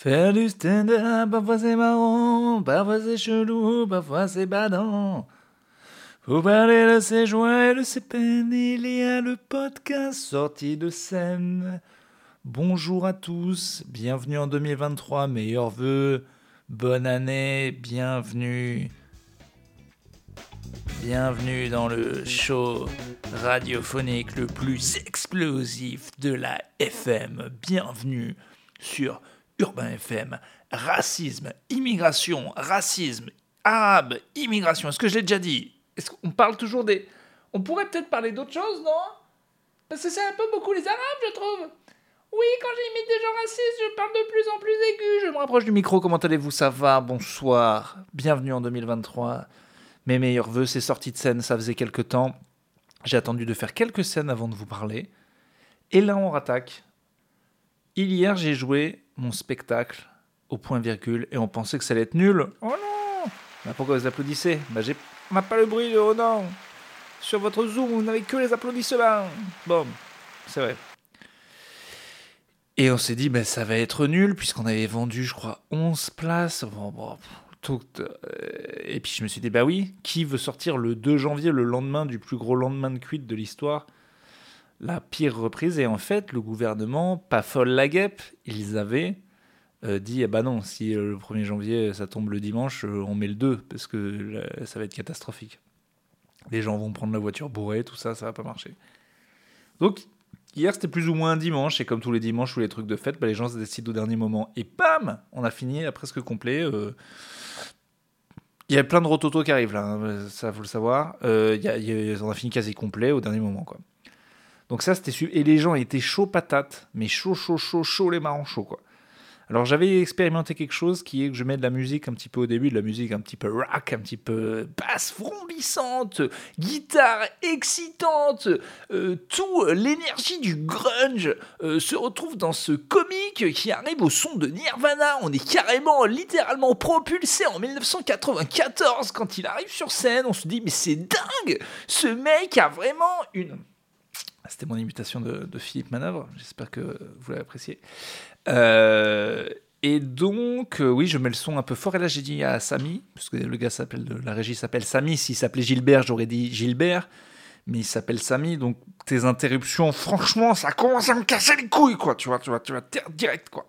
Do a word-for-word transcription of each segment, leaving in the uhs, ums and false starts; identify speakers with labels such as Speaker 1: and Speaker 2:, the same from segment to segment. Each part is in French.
Speaker 1: Faire du stand-up, parfois c'est marrant, parfois c'est chelou, parfois c'est badant. Pour parler de ses joies et de ses peines, il y a le podcast Sortie de scène. Bonjour à tous, bienvenue en deux mille vingt-trois, meilleurs vœux, bonne année, bienvenue. Bienvenue dans le show radiophonique le plus explosif de la F M. Bienvenue sur Urbain F M. Racisme, immigration, racisme, arabe, immigration. Est-ce que je l'ai déjà dit ? Est-ce qu'on parle toujours des... On pourrait peut-être parler d'autres choses, non ? Parce que c'est un peu beaucoup les arabes, je trouve. Oui, quand j'imite des gens racistes, je parle de plus en plus aigu. Je me rapproche du micro. Comment allez-vous ? Ça va ? Bonsoir. Bienvenue en deux mille vingt-trois. Mes meilleurs vœux, c'est sorti de scène, ça faisait quelques temps. J'ai attendu de faire quelques scènes avant de vous parler. Et là, on rattaque. Hier, j'ai joué mon spectacle au point virgule et on pensait que ça allait être nul. Oh non ! Bah, pourquoi vous applaudissez ? Bah, j'ai... On n'a pas le bruit de oh non ! Sur votre Zoom, vous n'avez que les applaudissements. Bon, c'est vrai. Et on s'est dit, bah, ça va être nul, puisqu'on avait vendu, je crois, onze places. Bon, bon, tout, euh, et puis je me suis dit, bah oui, qui veut sortir le deux janvier, le lendemain du plus gros lendemain de cuite de l'histoire ? La pire reprise. Et en fait, le gouvernement, pas folle la guêpe, ils avaient euh, dit, eh bah non, si euh, le premier janvier, ça tombe le dimanche, euh, on met le deux, parce que là, ça va être catastrophique. Les gens vont prendre la voiture bourrée, tout ça, ça va pas marcher. Donc, hier, c'était plus ou moins un dimanche, et comme tous les dimanches ou les trucs de fête, bah, les gens se décident au dernier moment. Et bam, on a fini à presque complet. Euh... Il y a plein de rototos qui arrivent là, hein, ça faut le savoir. Euh, y a, y a, on a fini quasi complet au dernier moment, quoi. Donc ça, c'était super. Et les gens étaient chauds patates, mais chaud, chaud, chaud, chaud, les marrons chauds, quoi. Alors j'avais expérimenté quelque chose qui est que je mets de la musique un petit peu au début, de la musique un petit peu rock, un petit peu basse frondissante, guitare excitante, euh, tout l'énergie du grunge euh, se retrouve dans ce comique qui arrive au son de Nirvana. On est carrément, littéralement propulsé en dix-neuf cent quatre-vingt-quatorze quand il arrive sur scène. On se dit mais c'est dingue, ce mec a vraiment une... C'était mon imitation de, de Philippe Manœuvre, j'espère que vous l'avez apprécié. Euh, et donc, euh, oui, je mets le son un peu fort. Et là, j'ai dit à Samy, parce que le gars s'appelle, la régie s'appelle Samy. S'il s'appelait Gilbert, j'aurais dit Gilbert. Mais il s'appelle Samy. Donc, tes interruptions, franchement, ça commence à me casser les couilles, quoi. Tu vois, tu vois, tu vois, direct, quoi.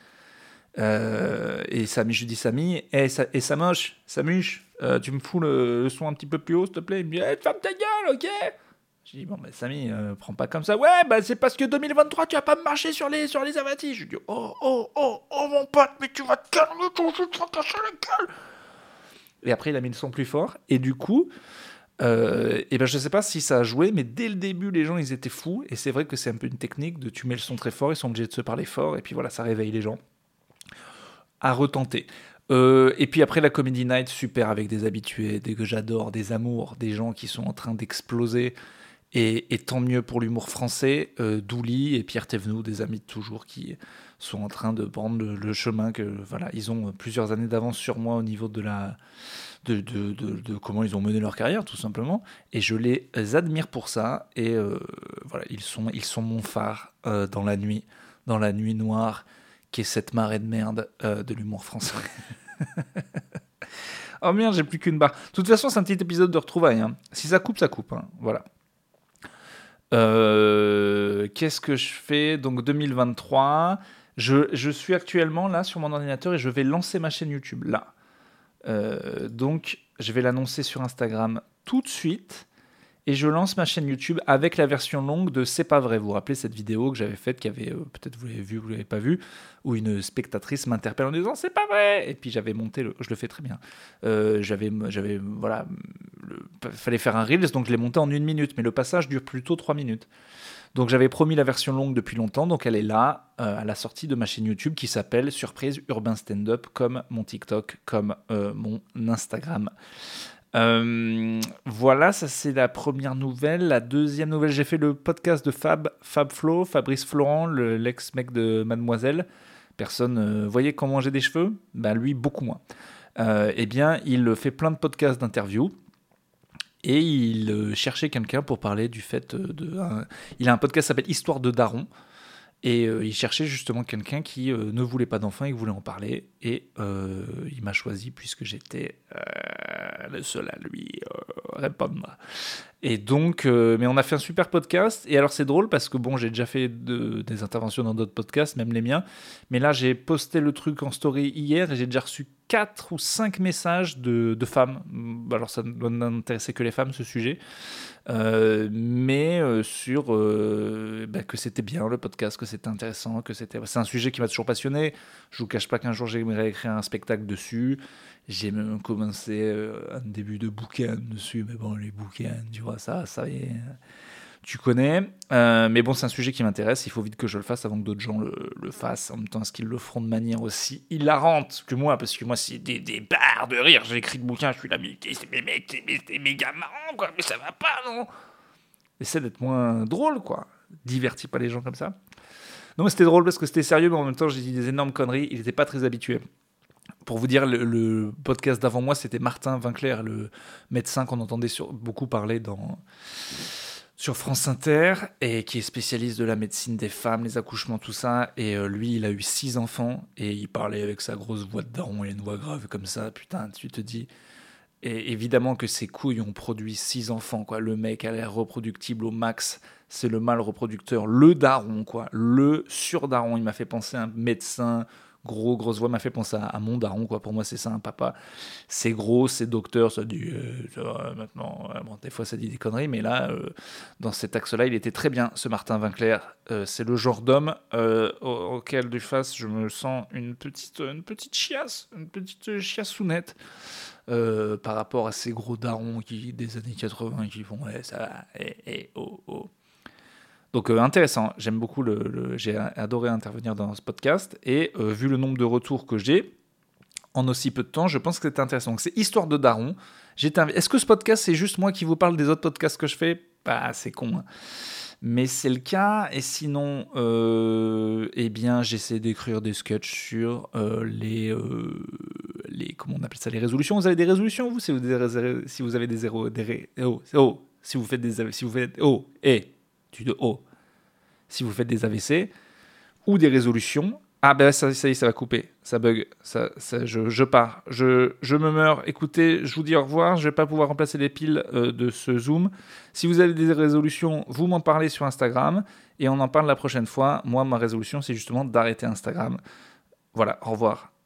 Speaker 1: Euh, et Samy, je dis Samy, et, et Samoche, Samuche, euh, tu me fous le, le son un petit peu plus haut, s'il te plaît. Il me dit, hey, ferme ta gueule, ok ? J'ai dit, bon, ben, Samy, euh, prends pas comme ça. Ouais, bah, c'est parce que deux mille vingt-trois, tu vas pas me marcher sur les, sur les avatis. Je lui dis, oh, oh, oh, oh, mon pote, mais tu vas te calmer, ton jeu, tu vas te casser la gueule. Et après, il a mis le son plus fort. Et du coup, euh, et ben, je sais pas si ça a joué, mais dès le début, les gens, ils étaient fous. Et c'est vrai que c'est un peu une technique de tu mets le son très fort, ils sont obligés de se parler fort. Et puis voilà, ça réveille les gens. À retenter. Euh, et puis après, la Comedy Night, super, avec des habitués, des que j'adore, des amours, des gens qui sont en train d'exploser. Et, et tant mieux pour l'humour français, euh, Douli et Pierre Thévenoud, des amis de toujours, qui sont en train de prendre le, le chemin que voilà, ils ont plusieurs années d'avance sur moi au niveau de la de, de, de, de comment ils ont mené leur carrière, tout simplement. Et je les admire pour ça. Et euh, voilà, ils sont ils sont mon phare euh, dans la nuit, dans la nuit noire, qui est cette marée de merde euh, de l'humour français. Oh merde, j'ai plus qu'une barre. De toute façon, c'est un petit épisode de retrouvailles. Hein. Si ça coupe, ça coupe. Hein. Voilà. Euh, qu'est-ce que je fais ? Donc deux mille vingt-trois, je, je suis actuellement là sur mon ordinateur et je vais lancer ma chaîne YouTube là. Euh, donc je vais l'annoncer sur Instagram tout de suite et je lance ma chaîne YouTube avec la version longue de C'est pas vrai. Vous vous rappelez cette vidéo que j'avais faite, qui avait, euh, peut-être vous l'avez vu, vous l'avez pas vu, où une spectatrice m'interpelle en disant c'est pas vrai, et puis j'avais monté, le, je le fais très bien. Euh, j'avais, j'avais, voilà, il fallait faire un reels, donc je l'ai monté en une minute, mais le passage dure plutôt trois minutes. Donc j'avais promis la version longue depuis longtemps, donc elle est là euh, à la sortie de ma chaîne YouTube qui s'appelle Surprise Urbain Stand-Up, comme mon TikTok, comme euh, mon Instagram. Euh, voilà, ça c'est la première nouvelle. La deuxième nouvelle, j'ai fait le podcast de Fab, Fab Flo, Fabrice Florent, le, l'ex-mec de Mademoiselle. Personne, euh, voyez comment j'ai des cheveux ? Ben lui, beaucoup moins. Euh, eh bien, il fait plein de podcasts d'interviews. Et il euh, cherchait quelqu'un pour parler du fait de... Un, il a un podcast qui s'appelle Histoire de Daron. Et euh, il cherchait justement quelqu'un qui euh, ne voulait pas d'enfants et qui voulait en parler. Et euh, il m'a choisi puisque j'étais euh, le seul à lui euh, répondre. Et donc, euh, mais on a fait un super podcast. Et alors c'est drôle parce que bon, j'ai déjà fait de, des interventions dans d'autres podcasts, même les miens. Mais là, j'ai posté le truc en story hier et j'ai déjà reçu quatre ou cinq messages de, de femmes. Alors ça ne doit n'intéresser que les femmes, ce sujet. Euh, mais euh, sur euh, bah, que c'était bien le podcast, que c'était intéressant, que c'était... C'est un sujet qui m'a toujours passionné. Je vous cache pas qu'un jour j'aimerais écrire un spectacle dessus. J'ai même commencé euh, un début de bouquin dessus, mais bon, les bouquins, tu vois, ça, ça y est, tu connais. Euh, mais bon, c'est un sujet qui m'intéresse. Il faut vite que je le fasse avant que d'autres gens le, le fassent. En même temps, est-ce qu'ils le feront de manière aussi hilarante que moi? Parce que moi, c'est des, des barres de rire. J'ai écrit le bouquin, je suis là, mais c'est mes mecs, c'est, c'est méga marrant, quoi. Mais ça va pas, non? Essaie d'être moins drôle, quoi. Divertis pas les gens comme ça. Non, mais c'était drôle parce que c'était sérieux, mais en même temps, j'ai dit des énormes conneries. Il n'était pas très habitué. Pour vous dire, le, le podcast d'avant moi, c'était Martin Winkler, le médecin qu'on entendait sur, beaucoup parler dans... sur France Inter, et qui est spécialiste de la médecine des femmes, les accouchements, tout ça. Et euh, lui, il a eu six enfants, et il parlait avec sa grosse voix de daron et une voix grave comme ça. Putain, tu te dis... Et évidemment que ses couilles ont produit six enfants, quoi. Le mec a l'air reproductible au max. C'est le mâle reproducteur, le daron, quoi. Le surdaron. Il m'a fait penser à un médecin... Gros, grosse voix, m'a fait penser à, à mon daron, quoi. Pour moi, c'est ça, un papa. C'est gros, c'est docteur, ça dit, euh, ça va, maintenant, euh, bon, des fois, ça dit des conneries, mais là, euh, dans cet axe-là, il était très bien, ce Martin Winkler. Euh, c'est le genre d'homme euh, auquel, de face, je me sens une petite, une petite chiasse, une petite chiassounette, euh, par rapport à ces gros darons qui, des années quatre-vingts qui font, ouais, ça va, et, et oh, oh. Donc euh, intéressant, j'aime beaucoup, le, le, j'ai adoré intervenir dans ce podcast, et euh, vu le nombre de retours que j'ai, en aussi peu de temps, je pense que c'est intéressant. Donc c'est Histoire de Daron. J'étais inv... Est-ce que ce podcast, c'est juste moi qui vous parle des autres podcasts que je fais? Bah, c'est con, hein. Mais c'est le cas, et sinon, euh, eh bien, j'essaie d'écrire des sketchs sur euh, les, euh, les... Comment on appelle ça? Les résolutions. Vous avez des résolutions, vous? Si vous avez des, si vous avez des zéros... Des ré... oh, oh, si vous faites des... Si vous faites... Oh, et... Eh. Tu de haut. Si vous faites des A V C ou des résolutions, ah ben ça, ça y est, ça va couper, ça bug, ça, ça, je, je pars, je, je me meurs. Écoutez, je vous dis au revoir, je vais pas pouvoir remplacer les piles euh, de ce Zoom. Si vous avez des résolutions, vous m'en parlez sur Instagram et on en parle la prochaine fois. Moi, ma résolution, c'est justement d'arrêter Instagram. Voilà, au revoir.